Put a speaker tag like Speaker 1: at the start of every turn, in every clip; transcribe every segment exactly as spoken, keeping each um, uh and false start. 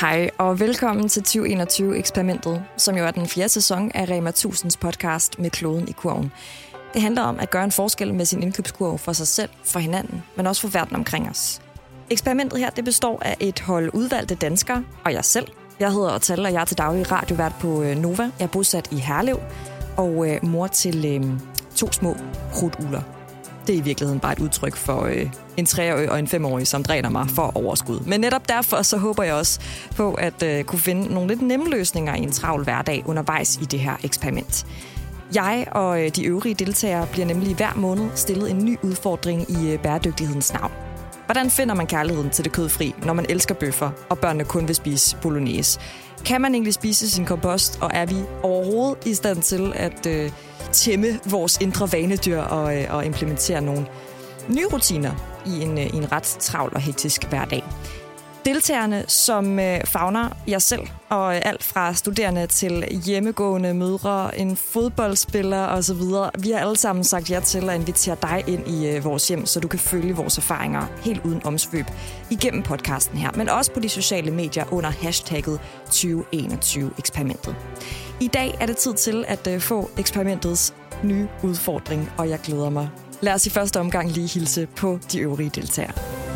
Speaker 1: Hej og velkommen til tyve enogtyve-eksperimentet, som jo er den fjerde sæson af Rema tusind's podcast Med kloden i kurven. Det handler om at gøre en forskel med sin indkøbskurv for sig selv, for hinanden, men også for verden omkring os. Eksperimentet her det består af et hold udvalgte danskere og jeg selv. Jeg hedder Tal, og jeg er til daglig radiovært på Nova. Jeg er bosat i Herlev og øh, mor til øh, to små krudtugler. Det er i virkeligheden bare et udtryk for øh, en treårig og en femårig, som dræner mig for overskud. Men netop derfor så håber jeg også på at øh, kunne finde nogle lidt nemme løsninger i en travl hverdag undervejs i det her eksperiment. Jeg og øh, de øvrige deltagere bliver nemlig hver måned stillet en ny udfordring i øh, bæredygtighedens navn. Hvordan finder man kærligheden til det kødfri, når man elsker bøffer, og børnene kun vil spise bolognese? Kan man egentlig spise sin kompost, og er vi overhovedet i stand til at øh, tæmme vores indre vanedyr og, øh, og implementere nogle nye rutiner i en, øh, i en ret travl og hektisk hverdag? Deltagerne, som øh, favner jeg selv, og øh, alt fra studerende til hjemmegående mødre, en fodboldspiller osv. Vi har alle sammen sagt ja til at invitere dig ind i øh, vores hjem, så du kan følge vores erfaringer helt uden omsvøb igennem podcasten her, men også på de sociale medier under hashtagget tyve enogtyve-eksperimentet. I dag er det tid til at øh, få eksperimentets nye udfordring, og jeg glæder mig. Lad os i første omgang lige hilse på de øvrige deltagere.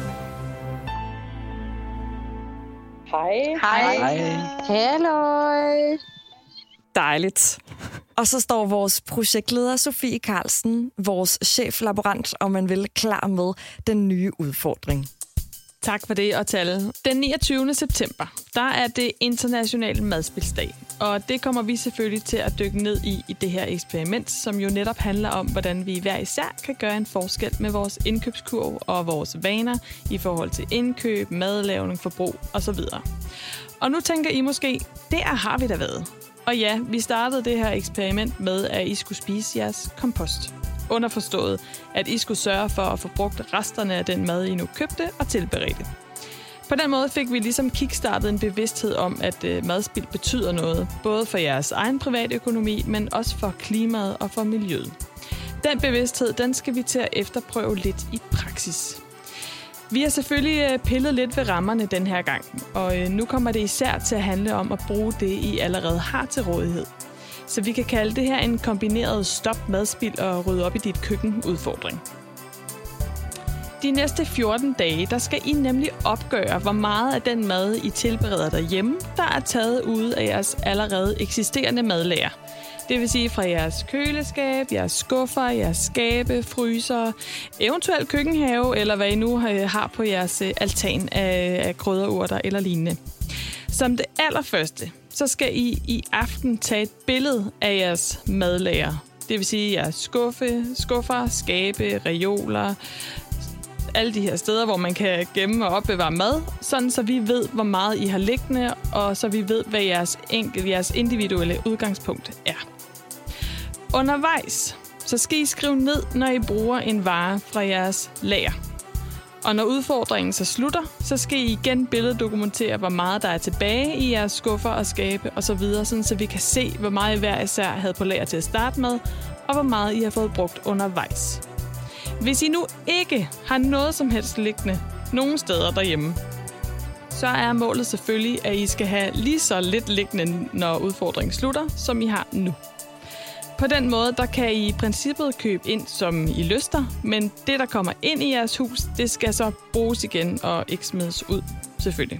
Speaker 2: Hej.
Speaker 3: Hej.
Speaker 2: Hallo.
Speaker 1: Dejligt. Og så står vores projektleder Sofie Carlsen, vores cheflaborant, om man vil, klar med den nye udfordring.
Speaker 3: Tak for det, og Tal. Den niogtyvende september, der er det international madspilsdag. Og det kommer vi selvfølgelig til at dykke ned i i det her eksperiment, som jo netop handler om, hvordan vi hver især kan gøre en forskel med vores indkøbskurv og vores vaner i forhold til indkøb, madlavning, forbrug osv. Og nu tænker I måske, der har vi da været. Og ja, vi startede det her eksperiment med, at I skulle spise jeres kompost. Underforstået, at I skulle sørge for at få brugt resterne af den mad, I nu købte og tilberedte. På den måde fik vi ligesom kickstartet en bevidsthed om, at øh, madspild betyder noget, både for jeres egen privatøkonomi, men også for klimaet og for miljøet. Den bevidsthed, den skal vi til at efterprøve lidt i praksis. Vi har selvfølgelig øh, pillet lidt ved rammerne den her gang, og øh, nu kommer det især til at handle om at bruge det, I allerede har til rådighed. Så vi kan kalde det her en kombineret stop madspild og rydde op i dit køkken udfordring. De næste fjorten dage, der skal I nemlig opgøre, hvor meget af den mad, I tilbereder derhjemme, der er taget ud af jeres allerede eksisterende madlager. Det vil sige fra jeres køleskab, jeres skuffer, jeres skabe, fryser, eventuelt køkkenhave, eller hvad I nu har på jeres altan af krydderurter eller lignende. Som det allerførste, så skal I i aften tage et billede af jeres madlager. Det vil sige jeres skuffe, skuffer, skabe, reoler, alle de her steder, hvor man kan gemme og opbevare mad, sådan så vi ved, hvor meget I har liggende, og så vi ved, hvad jeres, enkel, jeres individuelle udgangspunkt er. Undervejs, så skal I skrive ned, når I bruger en vare fra jeres lager. Og når udfordringen så slutter, så skal I igen billeddokumentere, hvor meget der er tilbage i jeres skuffer og skabe osv., sådan så vi kan se, hvor meget I hver især havde på lager til at starte med, og hvor meget I har fået brugt undervejs. Hvis I nu ikke har noget som helst liggende nogen steder derhjemme, så er målet selvfølgelig, at I skal have lige så lidt liggende, når udfordringen slutter, som I har nu. På den måde, der kan I i princippet købe ind, som I lyster, men det, der kommer ind i jeres hus, det skal så bruges igen og ikke smides ud, selvfølgelig.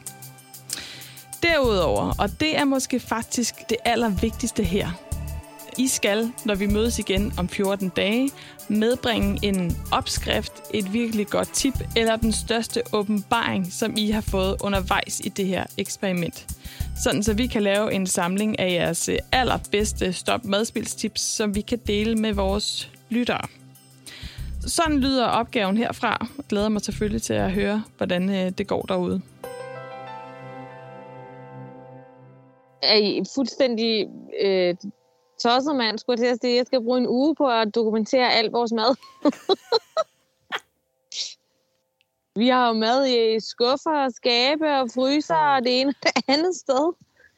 Speaker 3: Derudover, og det er måske faktisk det allervigtigste her, I skal, når vi mødes igen om fjorten dage, medbringe en opskrift, et virkelig godt tip eller den største åbenbaring, som I har fået undervejs i det her eksperiment. Sådan så vi kan lave en samling af jeres allerbedste stop madspildstips, som vi kan dele med vores lyttere. Sådan lyder opgaven herfra. Jeg glæder mig selvfølgelig til at høre, hvordan det går derude.
Speaker 2: Er I fuldstændig øh, tosset, mand? Skulle jeg til at sige, jeg skal bruge en uge på at dokumentere alt vores mad. Vi har jo mad i skuffer, skabe og fryser og det ene og det andet sted.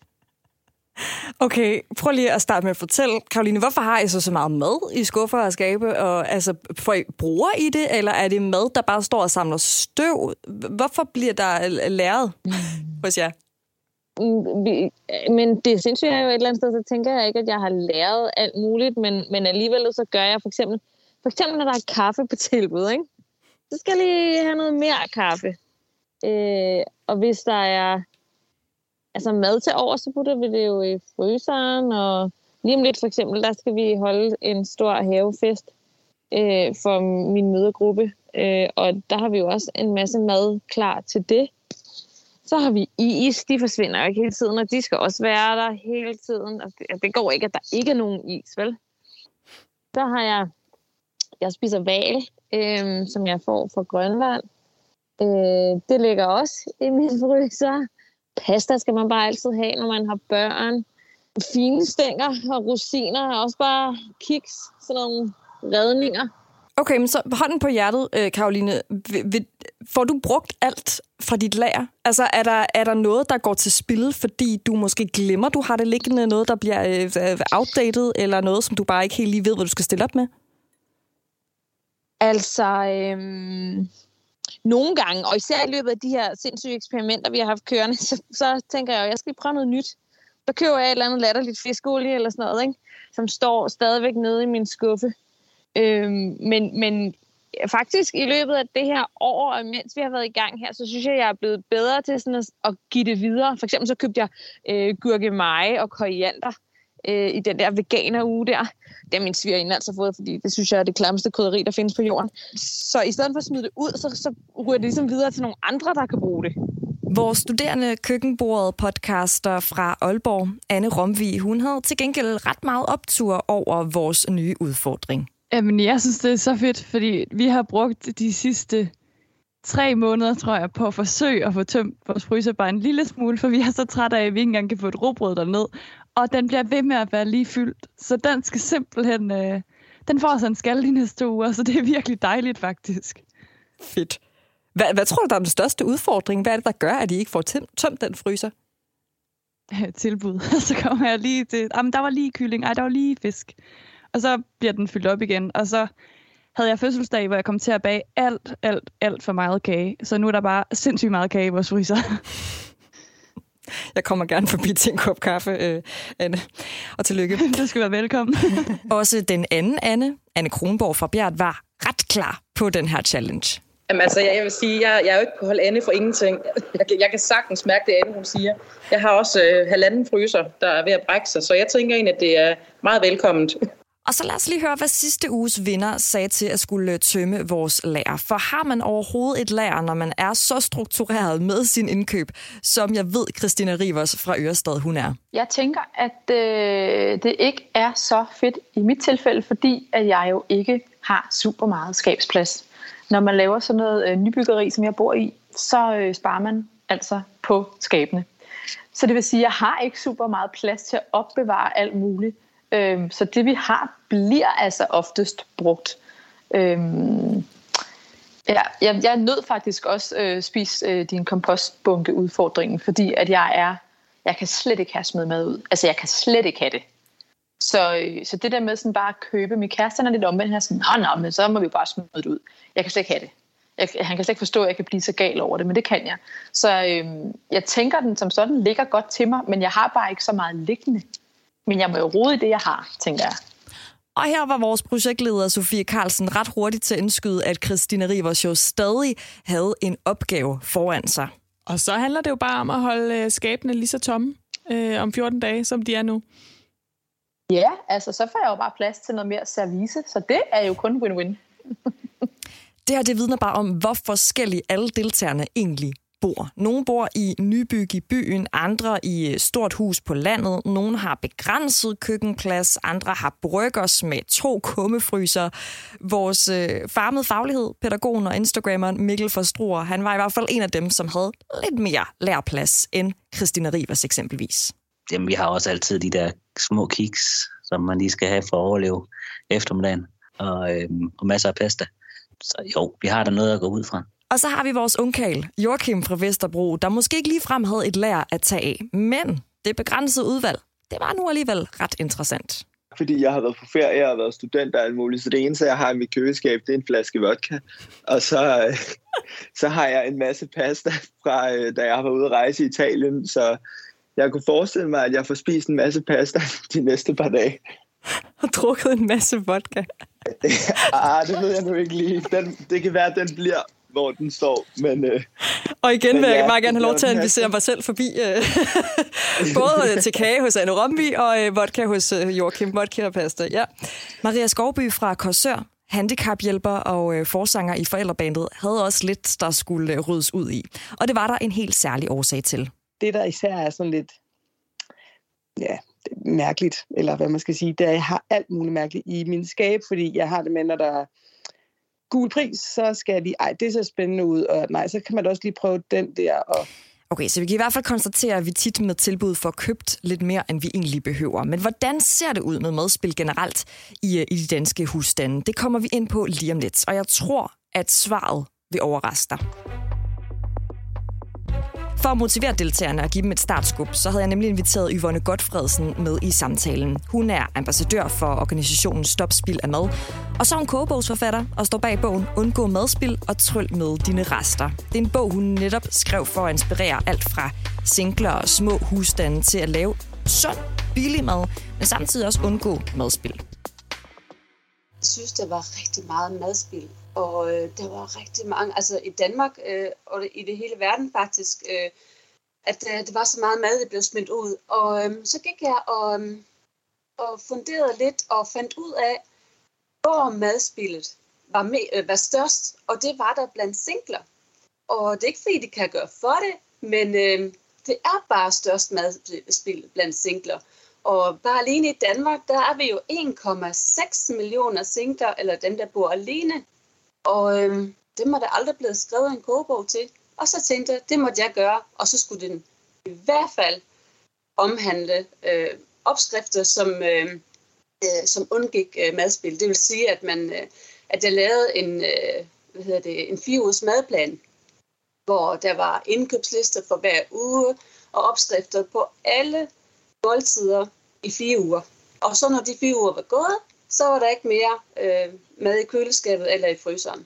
Speaker 1: Okay, prøv lige at starte med at fortælle, Karoline, hvorfor har I så så meget mad i skuffer og skabe? Og, altså, får I, bruger I det, eller er det mad, der bare står og samler støv? Hvorfor bliver der læret hos jer?
Speaker 2: Men det sindssygt er jo et eller andet sted, så tænker jeg ikke, at jeg har læret alt muligt, men, men alligevel så gør jeg for eksempel, for eksempel når der er kaffe på tilbud, ikke? Så skal jeg lige have noget mere kaffe. Øh, og hvis der er altså mad til over, så putter vi det jo i fryseren, og lige om lidt for eksempel, der skal vi holde en stor havefest øh, for min mødergruppe, øh, og der har vi jo også en masse mad klar til det. Så har vi is, de forsvinder jo ikke hele tiden, og de skal også være der hele tiden. Og det, det går ikke, at der ikke er nogen is, vel? Så har jeg, jeg spiser hval, øh, som jeg får fra Grønland. Øh, det ligger også i min fryser. Pasta skal man bare altid have, når man har børn. Fine stænger og rosiner er også bare kiks, sådan nogle redninger.
Speaker 1: Okay, men så hånden på hjertet, Caroline. Får du brugt alt fra dit lager? Altså, er der, er der noget, der går til spil, fordi du måske glemmer, du har det liggende, noget, der bliver øh, outdated, eller noget, som du bare ikke helt lige ved, hvad du skal stille op med?
Speaker 2: Altså, øhm, nogle gange, og især i løbet af de her sindssyge eksperimenter, vi har haft kørende, så, så tænker jeg jo, jeg skal prøve noget nyt. Så køber jeg et eller andet latterligt fiskeolie eller sådan noget, ikke? Som står stadigvæk nede i min skuffe. Øhm, men, men faktisk i løbet af det her år, og mens vi har været i gang her, så synes jeg, jeg er blevet bedre til sådan at, at give det videre. For eksempel så købte jeg øh, gurkemeje og koriander øh, i den der veganer-uge der. Det har min svigerinde altså fået, fordi det synes jeg er det klammeste krydderi, der findes på jorden. Så i stedet for at smide det ud, så, så ryger det ligesom videre til nogle andre, der kan bruge det.
Speaker 1: Vores studerende køkkenbordet podcaster fra Aalborg, Anne Romvig, hun havde til gengæld ret meget optur over vores nye udfordring.
Speaker 3: Jamen, jeg synes, det er så fedt, fordi vi har brugt de sidste tre måneder, tror jeg, på at forsøge at få tømt vores fryser bare en lille smule, for vi er så trætte af, at vi ikke engang kan få et rugbrød derned. Og den bliver ved med at være lige fyldt, så den skal simpelthen... Øh, den får så en skal de næste uger, så det er virkelig dejligt, faktisk.
Speaker 1: Fedt. Hvad, hvad tror du, der er den største udfordring? Hvad er det, der gør, at I ikke får tømt, tømt den fryser?
Speaker 3: Tilbud. Så kommer jeg lige til... Jamen, der var lige kylling. Ej, der var lige fisk. Og så bliver den fyldt op igen. Og så havde jeg fødselsdag, hvor jeg kom til at bage alt, alt, alt for meget kage. Så nu er der bare sindssygt meget kage i vores fryser.
Speaker 1: Jeg kommer gerne forbi til en kop kaffe, øh, Anne. Og tillykke.
Speaker 3: Du skal være velkommen.
Speaker 1: Også den anden Anne, Anne Kronborg fra Bjert, var ret klar på den her challenge.
Speaker 4: Jamen altså, jeg vil sige, jeg, jeg er jo ikke på hold Anne for ingenting. Jeg, jeg kan sagtens mærke det, Anne hun siger. Jeg har også øh, halvanden fryser, der er ved at brække sig, så jeg tænker egentlig, at det er meget velkomment.
Speaker 1: Og så lad os lige høre, hvad sidste uges vinder sagde til at skulle tømme vores lager. For har man overhovedet et lager, når man er så struktureret med sin indkøb, som jeg ved, Christina Rivers fra Ørestad, hun er?
Speaker 5: Jeg tænker, at øh, det ikke er så fedt i mit tilfælde, fordi at jeg jo ikke har super meget skabsplads. Når man laver sådan noget øh, nybyggeri, som jeg bor i, så øh, sparer man altså på skabene. Så det vil sige, at jeg har ikke super meget plads til at opbevare alt muligt. Øhm, så det vi har, bliver altså oftest brugt. Øhm, ja, jeg, jeg nød faktisk også øh, spise øh, din kompostbunke udfordringen, fordi at jeg er, jeg kan slet ikke have smidt mad ud. Altså jeg kan slet ikke have det. Så, øh, så det der med sådan bare at købe, min kæreste er lidt omvendt her, sådan, nå, nå, men så må vi jo bare smide det ud. Jeg kan slet ikke have det. Jeg, han kan slet ikke forstå, at jeg kan blive så gal over det, men det kan jeg. Så øh, jeg tænker, den som sådan ligger godt til mig, men jeg har bare ikke så meget liggende. Men jeg må jo rode i det, jeg har, tænker jeg.
Speaker 1: Og her var vores projektleder Sofie Carlsen ret hurtigt til at indskyde, at Christina Rivers jo stadig havde en opgave foran sig.
Speaker 3: Og så handler det jo bare om at holde skabene lige så tomme øh, om fjorten dage, som de er nu.
Speaker 5: Ja, altså så får jeg jo bare plads til noget mere service, så det er jo kun win-win.
Speaker 1: Det her, det vidner bare om, hvor forskellige alle deltagerne egentlig bor. Nogle bor i nybyg i byen, andre i stort hus på landet. Nogle har begrænset køkkenplads, andre har bryggers med to kummefryser. Vores øh, farmede faglighed, pædagogen og instagrammeren Mikkel Forstruer, han var i hvert fald en af dem, som havde lidt mere lærplads end Christina Rivers eksempelvis.
Speaker 6: Jamen, vi har også altid de der små kiks, som man lige skal have for at overleve eftermiddagen, og, øhm, og masser af pasta. Så jo, vi har der noget at gå ud fra.
Speaker 1: Og så har vi vores ungkarl, Joachim fra Vesterbro, der måske ikke ligefrem havde et lager at tage af. Men det begrænsede udvalg, det var nu alligevel ret interessant.
Speaker 7: Fordi jeg har været på ferie, jeg har været student og alt muligt, så det eneste, jeg har i mit køleskab, det er en flaske vodka. Og så, så har jeg en masse pasta fra, da jeg var ude at rejse i Italien, så jeg kunne forestille mig, at jeg får spist en masse pasta de næste par dage.
Speaker 1: Og drukket en masse vodka.
Speaker 7: ah, det ved jeg nu ikke lige. Den, det kan være, at den bliver, hvor den står. Men, øh,
Speaker 1: og igen
Speaker 7: men
Speaker 1: vil jeg
Speaker 7: ja,
Speaker 1: meget gerne have lov til at invitere mig selv forbi. Øh, både til kage hos Anne Romby og øh, vodka hos øh, Joachim Vodka og Pasta. Ja. Maria Skovby fra Korsør, handicaphjælper og øh, forsanger i forældrebandet, havde også lidt, der skulle øh, ryddes ud i. Og det var der en helt særlig årsag til.
Speaker 8: Det, der især er sådan lidt ja, mærkeligt, eller hvad man skal sige, det er, at jeg har alt muligt mærkeligt i min skab, fordi jeg har det med, når der er gul pris, så skal de, ej, det ser spændende ud, og nej, så kan man også lige prøve den der. Og
Speaker 1: okay, så vi kan i hvert fald konstatere, at vi tit med tilbud får købt lidt mere, end vi egentlig behøver. Men hvordan ser det ud med madspil generelt i, i de danske husstande? Det kommer vi ind på lige om lidt, og jeg tror, at svaret vil overraske dig. For at motivere deltagerne og give dem et startskub, så havde jeg nemlig inviteret Yvonne Godfredsen med i samtalen. Hun er ambassadør for organisationen Stop Spild af Mad. Og så er hun kogebogsforfatter og står bag bogen Undgå madspild og tryl med dine rester. Det er en bog, hun netop skrev for at inspirere alt fra singler og små husstande til at lave sund, billig mad, men samtidig også undgå madspild.
Speaker 9: Jeg synes, der var rigtig meget madspild, og øh, der var rigtig mange, altså i Danmark øh, og i det hele verden faktisk, øh, at øh, det var så meget mad, det blev smidt ud. Og øh, så gik jeg og, øh, og funderede lidt og fandt ud af, hvor madspildet var, med, øh, var størst, og det var der blandt singler. Og det er ikke fordi, de kan gøre for det, men øh, det er bare størst madspild blandt singler. Og bare alene i Danmark, der er vi jo en komma seks millioner singler, eller dem, der bor alene. Og øhm, det må der aldrig blive skrevet en kogebog til. Og så tænkte jeg, det måtte jeg gøre. Og så skulle den i hvert fald omhandle øh, opskrifter, som, øh, øh, som undgik øh, madspil. Det vil sige, at, man, øh, at jeg lavede en, øh, hvad hedder det, en fire ugers madplan, hvor der var indkøbslister for hver uge og opskrifter på alle måltider i fire uger. Og så når de fire uger var gået, så var der ikke mere øh, mad i køleskabet eller i fryseren.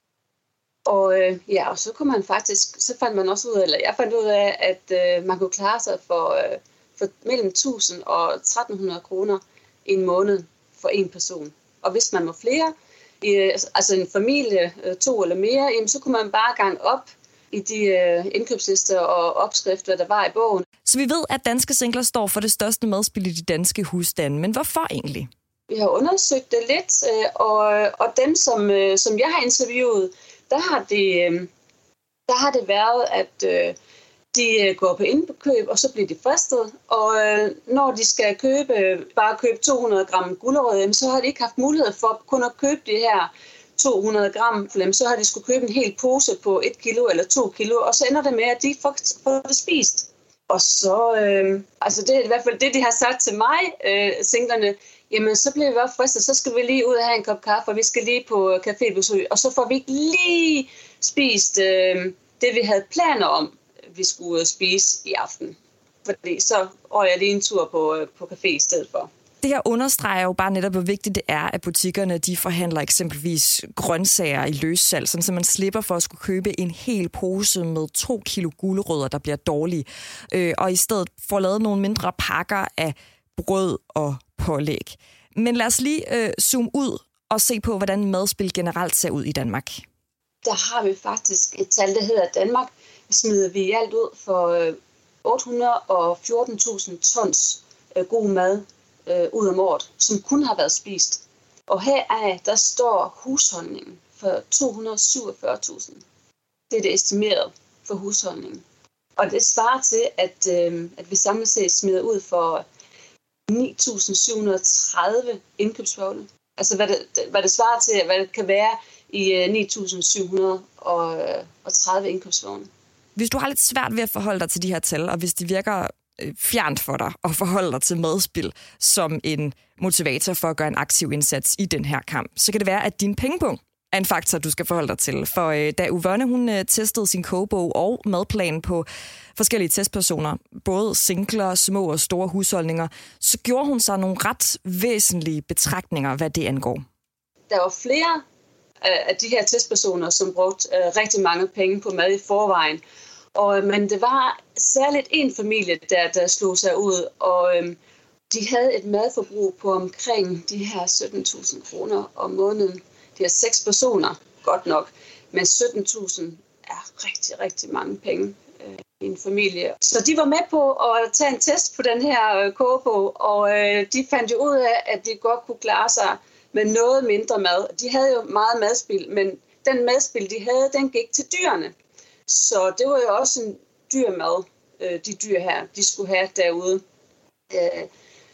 Speaker 9: Og øh, ja, og så kunne man faktisk, så fandt man også ud af, eller jeg fandt ud af, at øh, man kunne klare sig for, øh, for mellem tusind og tretten hundrede kroner i en måned for en person. Og hvis man var flere, øh, altså en familie, øh, to eller mere, jamen, så kunne man bare gange op i de øh, indkøbslister og opskrifter, der var i bogen.
Speaker 1: Så vi ved, at danske singler står for det største madspil i de danske husstande. Men hvorfor egentlig?
Speaker 9: Vi har undersøgt det lidt, øh, og, og dem, som, øh, som jeg har interviewet, der har det, øh, der har det været, at øh, de går på indkøb, og så bliver de fristet. Og øh, når de skal købe, bare købe to hundrede gram gulerødder, så har de ikke haft mulighed for kun at købe det her to hundrede gram, så har de skulle købe en hel pose på et kilo eller to kilo, og så ender det med, at de får det spist. Og så, øh, altså det er i hvert fald det, de har sagt til mig, øh, singlerne, jamen så bliver vi bare fristet, så skal vi lige ud og have en kop kaffe, og vi skal lige på cafébesøg, og så får vi ikke lige spist øh, det, vi havde planer om, vi skulle spise i aften. Fordi så røg jeg lige en tur på, på café i stedet for.
Speaker 1: Det her understreger jo bare netop, hvor vigtigt det er, at butikkerne de forhandler eksempelvis grøntsager i løssalg, så man slipper for at skulle købe en hel pose med to kilo gulerødder, der bliver dårlige, øh, og i stedet får lavet nogle mindre pakker af brød og pålæg. Men lad os lige øh, zoome ud og se på, hvordan madspil generelt ser ud i Danmark.
Speaker 9: Der har vi faktisk et tal, der hedder Danmark. Smider vi alt ud for øh, otte hundrede og fjorten tusind tons øh, god mad øh, ud om året, som kun har været spist. Og heraf, der står husholdningen for to hundrede og syvogfyrre tusind. Det er det estimeret for husholdningen. Og det svarer til, at, øh, at vi samlet set smider ud for ni tusind syv hundrede og tredive indkøbsvogne. Altså hvad det, hvad det svarer til, hvad det kan være i ni tusind syv hundrede og tredive indkøbsvogne.
Speaker 1: Hvis du har lidt svært ved at forholde dig til de her tal, og hvis det virker øh, fjernt for dig at forholde dig til madspil som en motivator for at gøre en aktiv indsats i den her kamp, så kan det være, at din pengepunkt er en faktor, du skal forholde dig til. For øh, da Yvonne hun øh, testede sin kogebog og madplan på forskellige testpersoner, både singler, små og store husholdninger, så gjorde hun sig nogle ret væsentlige betragtninger, hvad det angår.
Speaker 9: Der var flere af de her testpersoner, som brugte øh, rigtig mange penge på mad i forvejen. Og, men det var særligt en familie, der, der slog sig ud, og øhm, de havde et madforbrug på omkring de her sytten tusind kroner om måneden. De er seks personer, godt nok, men sytten tusind er rigtig, rigtig mange penge øh, i en familie. Så de var med på at tage en test på den her øh, kogebog, og øh, de fandt jo ud af, at de godt kunne klare sig med noget mindre mad. De havde jo meget madspild, men den madspild, de havde, den gik til dyrene. Så det var jo også en dyr mad, øh, de dyr her, de skulle have derude. Øh,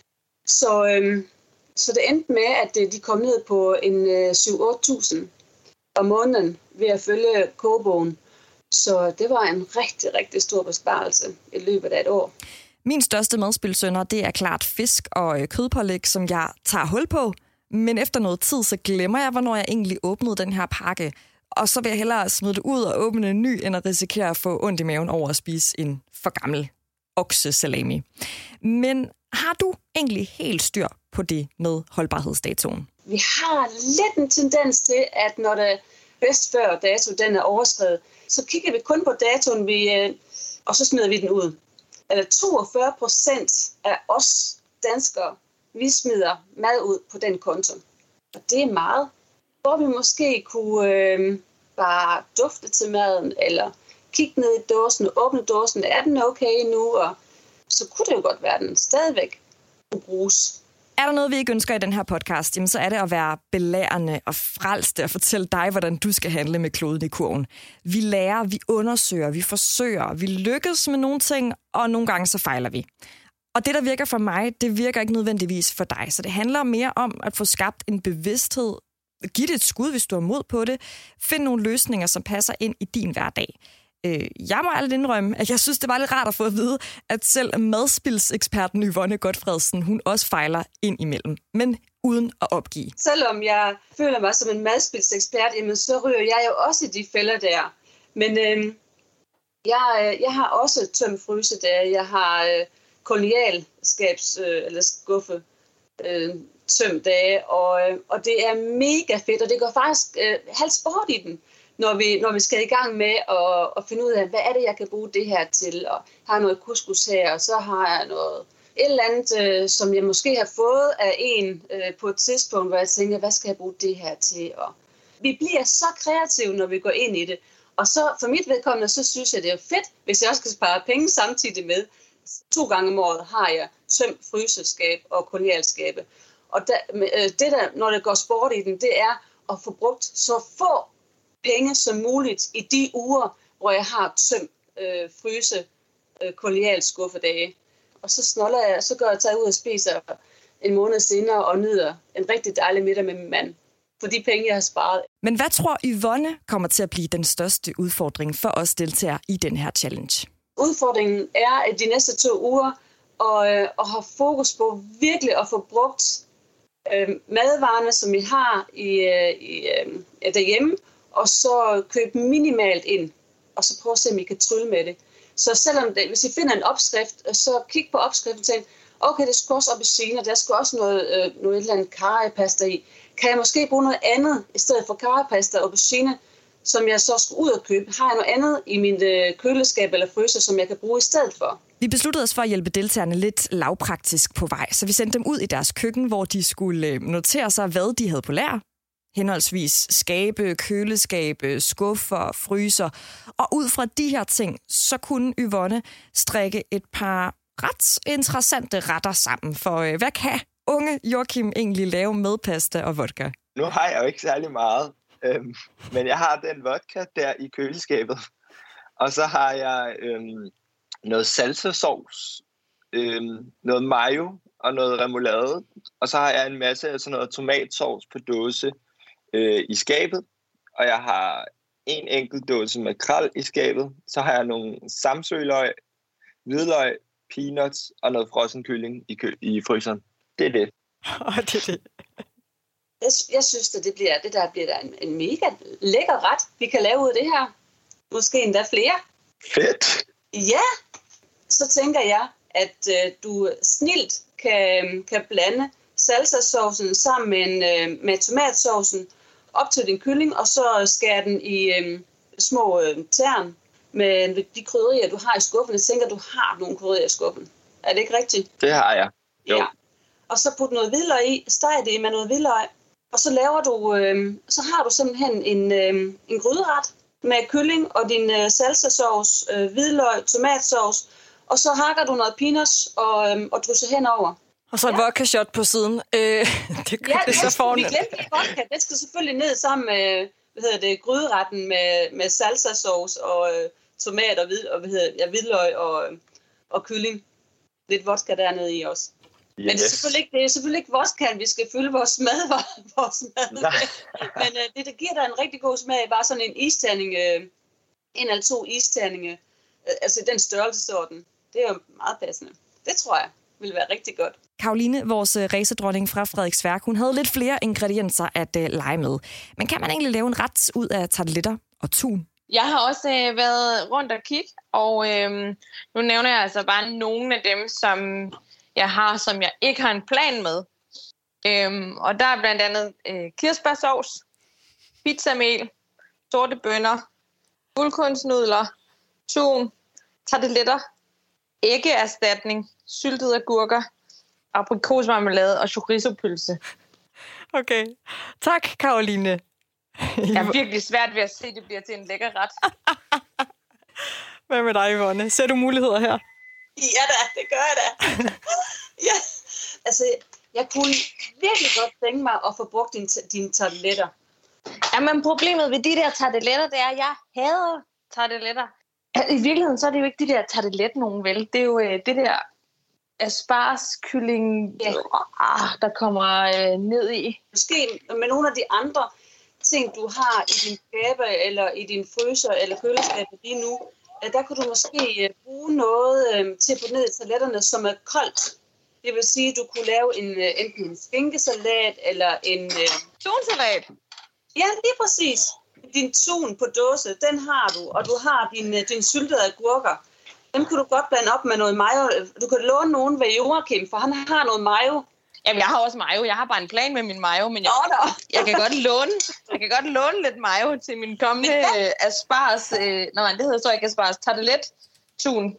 Speaker 9: så, øh, så det endte med, at de kom ned på en øh, syv til otte tusind om måneden ved at følge kogebogen. Så det var en rigtig, rigtig stor besparelse i løbet af et år.
Speaker 1: Min største madspildsønder, det er klart fisk og kødpålæg, som jeg tager hul på. Men efter noget tid, så glemmer jeg, hvornår jeg egentlig åbnede den her pakke. Og så vil jeg hellere smide det ud og åbne en ny, end at risikere at få ondt i maven over at spise en for gammel oksesalami. Men har du egentlig helt styr på det med holdbarhedsdatoen?
Speaker 9: Vi har lidt en tendens til, at når det bedst før dato den er overskredet, så kigger vi kun på datoen, vi, og så smider vi den ud. Eller toogfyrre procent af os danskere, vi smider mad ud på den konto. Og det er meget. Hvor vi måske kunne øh, bare dufte til maden, eller kigge ned i dåsen og åbne dåsen. Er den okay nu? Og så kunne det jo godt være, at den stadigvæk kunne bruges.
Speaker 1: Er der noget, vi ikke ønsker i den her podcast, jamen så er det at være belærende og frelste og fortælle dig, hvordan du skal handle med kloden i kurven. Vi lærer, vi undersøger, vi forsøger, vi lykkes med nogle ting, og nogle gange så fejler vi. Og det, der virker for mig, det virker ikke nødvendigvis for dig. Så det handler mere om at få skabt en bevidsthed. Giv det et skud, hvis du har mod på det. Find nogle løsninger, som passer ind i din hverdag. Jeg må aldrig indrømme, at jeg synes, det var lidt rart at få at vide, at selv madspildseksperten Yvonne Gotfredsen, hun også fejler ind imellem, men uden at opgive.
Speaker 9: Selvom jeg føler mig som en madspildsekspert, jamen så ryger jeg jo også i de fælder der. Men øh, jeg, jeg har også tømt frysedage, jeg har øh, kolonialskabs øh, eller skuffe øh, tømt dage, og, øh, og det er mega fedt, og det går faktisk øh, halvt sport i den. Når vi, når vi skal i gang med at, at finde ud af, hvad er det, jeg kan bruge det her til, og har noget couscous her, og så har jeg noget, et eller andet, øh, som jeg måske har fået af en øh, på et tidspunkt, hvor jeg tænker, hvad skal jeg bruge det her til? Og vi bliver så kreative, når vi går ind i det, og så for mit vedkommende, så synes jeg, det er fedt, hvis jeg også skal spare penge samtidig med. To gange om året har jeg tømt fryseskab og kolonialskabe, og der, øh, det der, når det går sport i den, det er at få brugt så få penge som muligt i de uger, hvor jeg har tømt øh, fryse øh, kolonialskuffedage. Og så snoller jeg, så går jeg tager ud og spiser en måned senere og nyder en rigtig dejlig middag med min mand for de penge, jeg har sparet.
Speaker 1: Men hvad tror Yvonne kommer til at blive den største udfordring for os deltagere i den her challenge?
Speaker 9: Udfordringen er i de næste to uger at, øh, at have fokus på virkelig at få brugt øh, madvarerne, som vi har i, øh, i, øh, derhjemme, og så købe minimalt ind, og så prøve at se, om I kan trylle med det. Så selvom det, hvis I finder en opskrift, så kig på opskriften og tænk, okay, det skal også auberginer, der skal også noget, øh, noget et eller andet karrypasta i. Kan jeg måske bruge noget andet i stedet for karrypasta og aubergine, som jeg så skal ud og købe? Har jeg noget andet i min øh, køleskab eller fryser, som jeg kan bruge i stedet for?
Speaker 1: Vi besluttede os for at hjælpe deltagerne lidt lavpraktisk på vej, så vi sendte dem ud i deres køkken, hvor de skulle notere sig, hvad de havde på lager. Henholdsvis skabe, køleskabe, skuffer, fryser. Og ud fra de her ting, så kunne Yvonne strikke et par ret interessante retter sammen. For øh, hvad kan unge Joachim egentlig lave med pasta og vodka?
Speaker 7: Nu har jeg jo ikke særlig meget, øhm, men jeg har den vodka der i køleskabet. Og så har jeg øhm, noget salsa-sovs, øhm, noget mayo og noget remoulade. Og så har jeg en masse af sådan noget tomatsovs på dåse øh, i skabet. Og jeg har en enkelt dåse makrel i skabet. Så har jeg nogle samsøløg, hvidløg, peanuts og noget frossen kylling i, kø- i fryseren. Det er det.
Speaker 1: Og det er det.
Speaker 9: Jeg, jeg synes, at det, bliver, det der bliver der en, en mega lækker ret, vi kan lave ud af det her. Måske endda flere.
Speaker 7: Fedt.
Speaker 9: Ja, så tænker jeg, at øh, du snilt kan, kan blande salsa-saucen sammen med, en, øh, med tomatsaucen op til din kylling, og så skære den i øh, små øh, tern. med de krydderier, du har i skuffen. Jeg tænker, du har nogle krydderier i skuffen. Er det ikke rigtigt?
Speaker 7: Det har jeg. Jo.
Speaker 9: Ja. Og så put noget hvidløg i, steg det med noget hvidløg, og så laver du, øh, så har du simpelthen en, øh, en gryderet med kylling og din øh, salsasauce, øh, hvidløg, tomatsauce, og så hakker du noget peanuts og, øh, og drysser henover.
Speaker 1: Og så et ja. vodka shot på siden. Øh, det
Speaker 9: ja,
Speaker 1: det så fornemt.
Speaker 9: Vi glemte ikke vodka. Det skal selvfølgelig ned sammen med hvad hedder det, gryderetten med, med salsasauce og øh, tomat og, hvid, og hvad hedder, ja, hvidløg og, og kylling. Lidt vodka dernede i også. Yes. Men det er selvfølgelig ikke, det er selvfølgelig ikke vodkaen, vi skal fylde vores mad, vores mad med. Men øh, det, der giver dig en rigtig god smag, bare sådan en isterning, øh, en eller to isterninge, øh, altså den størrelsesorden. Det er jo meget passende. Det tror jeg vil være rigtig godt.
Speaker 1: Karoline, vores racerdronning fra Frederiksværk, hun havde lidt flere ingredienser at uh, lege med. Men kan man egentlig lave en ret ud af tarteletter og tun?
Speaker 2: Jeg har også øh, været rundt og kigge, og øh, nu nævner jeg altså bare nogle af dem, som jeg har, som jeg ikke har en plan med. Øhm, og der er blandt andet øh, kirsebærsovs, pizzamel, sorte bønner, fuldkornsnudler, tun, tarteletter, æggeerstatning, syltede agurker, aprikosmarmelade og chorizo-pølse.
Speaker 1: Okay. Tak, Karoline.
Speaker 2: Det er virkelig svært ved at se, at det bliver til en lækker ret.
Speaker 1: Hvad med dig, Yvonne? Ser du muligheder her?
Speaker 9: Ja da, det gør jeg da. Ja. Altså, jeg kunne virkelig godt tænke mig at få brugt dine, dine tarteletter.
Speaker 2: Jamen, problemet ved de der tarteletter, det er, at jeg hader tarteletter. I virkeligheden, så er det jo ikke de der tartelet nogen vel. Det er jo øh, det der aspargeskylling, ja. ah, der kommer øh, ned i.
Speaker 9: Måske med nogle af de andre ting, du har i din skabe, eller i din fryser, eller køleskab lige nu, der kunne du måske bruge noget øh, til at putte ned i tarteletterne, som er koldt. Det vil sige, at du kunne lave en, øh, enten en skinkesalat, eller en... Øh...
Speaker 2: tunsalat?
Speaker 9: Ja, lige præcis. Din tun på dåse, den har du, og du har din, din syltede agurker. Dem kan du godt blande op med noget mayo. Du kan låne nogen ved Joachim, for han har noget mayo.
Speaker 2: Jamen, jeg har også mayo. Jeg har bare en plan med min mayo, men jeg,
Speaker 9: oh,
Speaker 2: jeg, kan, godt låne, jeg kan godt låne lidt mayo til min kommende øh, asparges... Øh, nej, det hedder så ikke asparges. Tartelet-tun.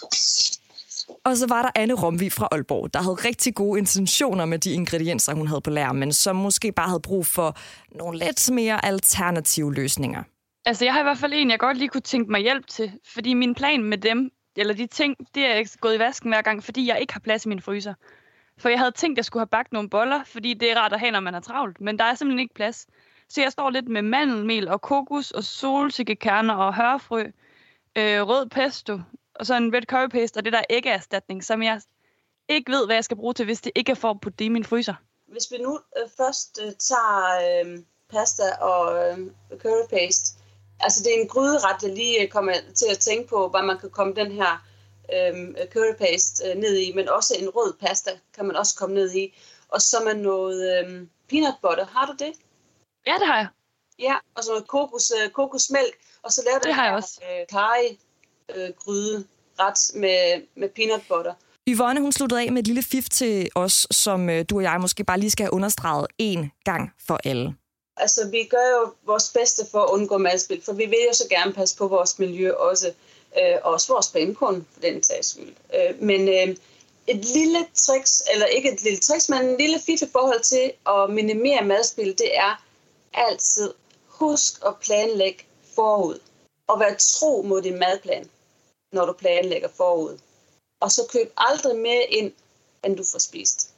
Speaker 1: Og så var der Anne Romvig fra Aalborg, der havde rigtig gode intentioner med de ingredienser, hun havde på lager, men som måske bare havde brug for nogle lidt mere alternative løsninger.
Speaker 10: Altså, jeg har i hvert fald en, jeg godt lige kunne tænke mig hjælp til, fordi min plan med dem, eller de ting, det er ikke gået i vasken hver gang, fordi jeg ikke har plads i min fryser. For jeg havde tænkt, at jeg skulle have bagt nogle boller, fordi det er rart at have, når man har travlt, men der er simpelthen ikke plads. Så jeg står lidt med mandelmel og kokos og solsikkekerner og hørfrø, øh, rød pesto, og så en red curry paste, og det der æggeerstatning, som jeg ikke ved, hvad jeg skal bruge til, hvis det ikke er for at putte det i min fryser.
Speaker 9: Hvis vi nu øh, først øh, tager øh, pasta og øh, curry paste, altså det er en gryderet, jeg lige kommer til at tænke på, hvor man kan komme den her øh, curry paste øh, ned i, men også en rød pasta kan man også komme ned i. Og så med noget øh, peanut butter. Har du det?
Speaker 10: Ja, det har jeg.
Speaker 9: Ja, og så noget kokos, øh, kokosmælk, og så laver du
Speaker 10: det har jeg også.
Speaker 9: Øh, karry øh, gryde ret med, med peanut butter.
Speaker 1: Yvonne, hun sluttede af med et lille fif til os, som øh, du og jeg måske bare lige skal have understreget en gang for alle.
Speaker 9: Altså, vi gør jo vores bedste for at undgå madspild, for vi vil jo så gerne passe på vores miljø også, øh, og også vores banekunde, for den sags skyld. Øh, men øh, et lille tricks, eller ikke et lille tricks, men en lille fif i forhold til at minimere madspild, det er altid husk at planlægge forud. Og vær tro mod din madplan, når du planlægger forud. Og så køb aldrig mere ind, end du får spist.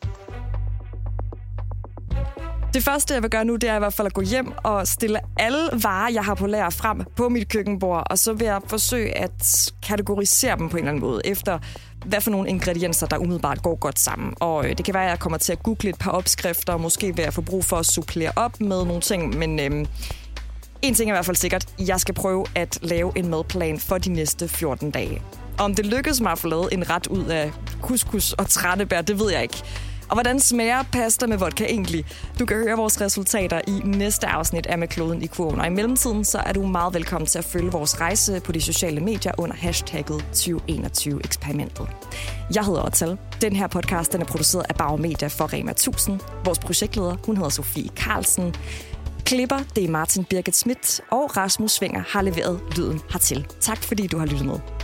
Speaker 1: Det første, jeg vil gøre nu, det er i hvert fald at gå hjem og stille alle varer, jeg har på lager frem på mit køkkenbord, og så vil jeg forsøge at kategorisere dem på en eller anden måde, efter hvad for nogle ingredienser, der umiddelbart går godt sammen. Og det kan være, at jeg kommer til at google et par opskrifter, og måske vil jeg få brug for at supplere op med nogle ting, men øhm, en ting er i hvert fald sikkert, jeg skal prøve at lave en madplan for de næste fjorten dage. Om det lykkes mig at få lavet en ret ud af couscous og tranebær, det ved jeg ikke. Og hvordan smager pasta med vodka egentlig? Du kan høre vores resultater i næste afsnit af Med Kloden i Kurven. Og i mellemtiden så er du meget velkommen til at følge vores rejse på de sociale medier under hashtagget tyve enogtyve eksperimentet. Jeg hedder Otal. Den her podcast den er produceret af Bauer Media for Rema tusind. Vores projektleder, hun hedder Sofie Carlsen. Klipper, det er Martin Birgit Schmidt, og Rasmus Svinger har leveret lyden hertil. Tak fordi du har lyttet med.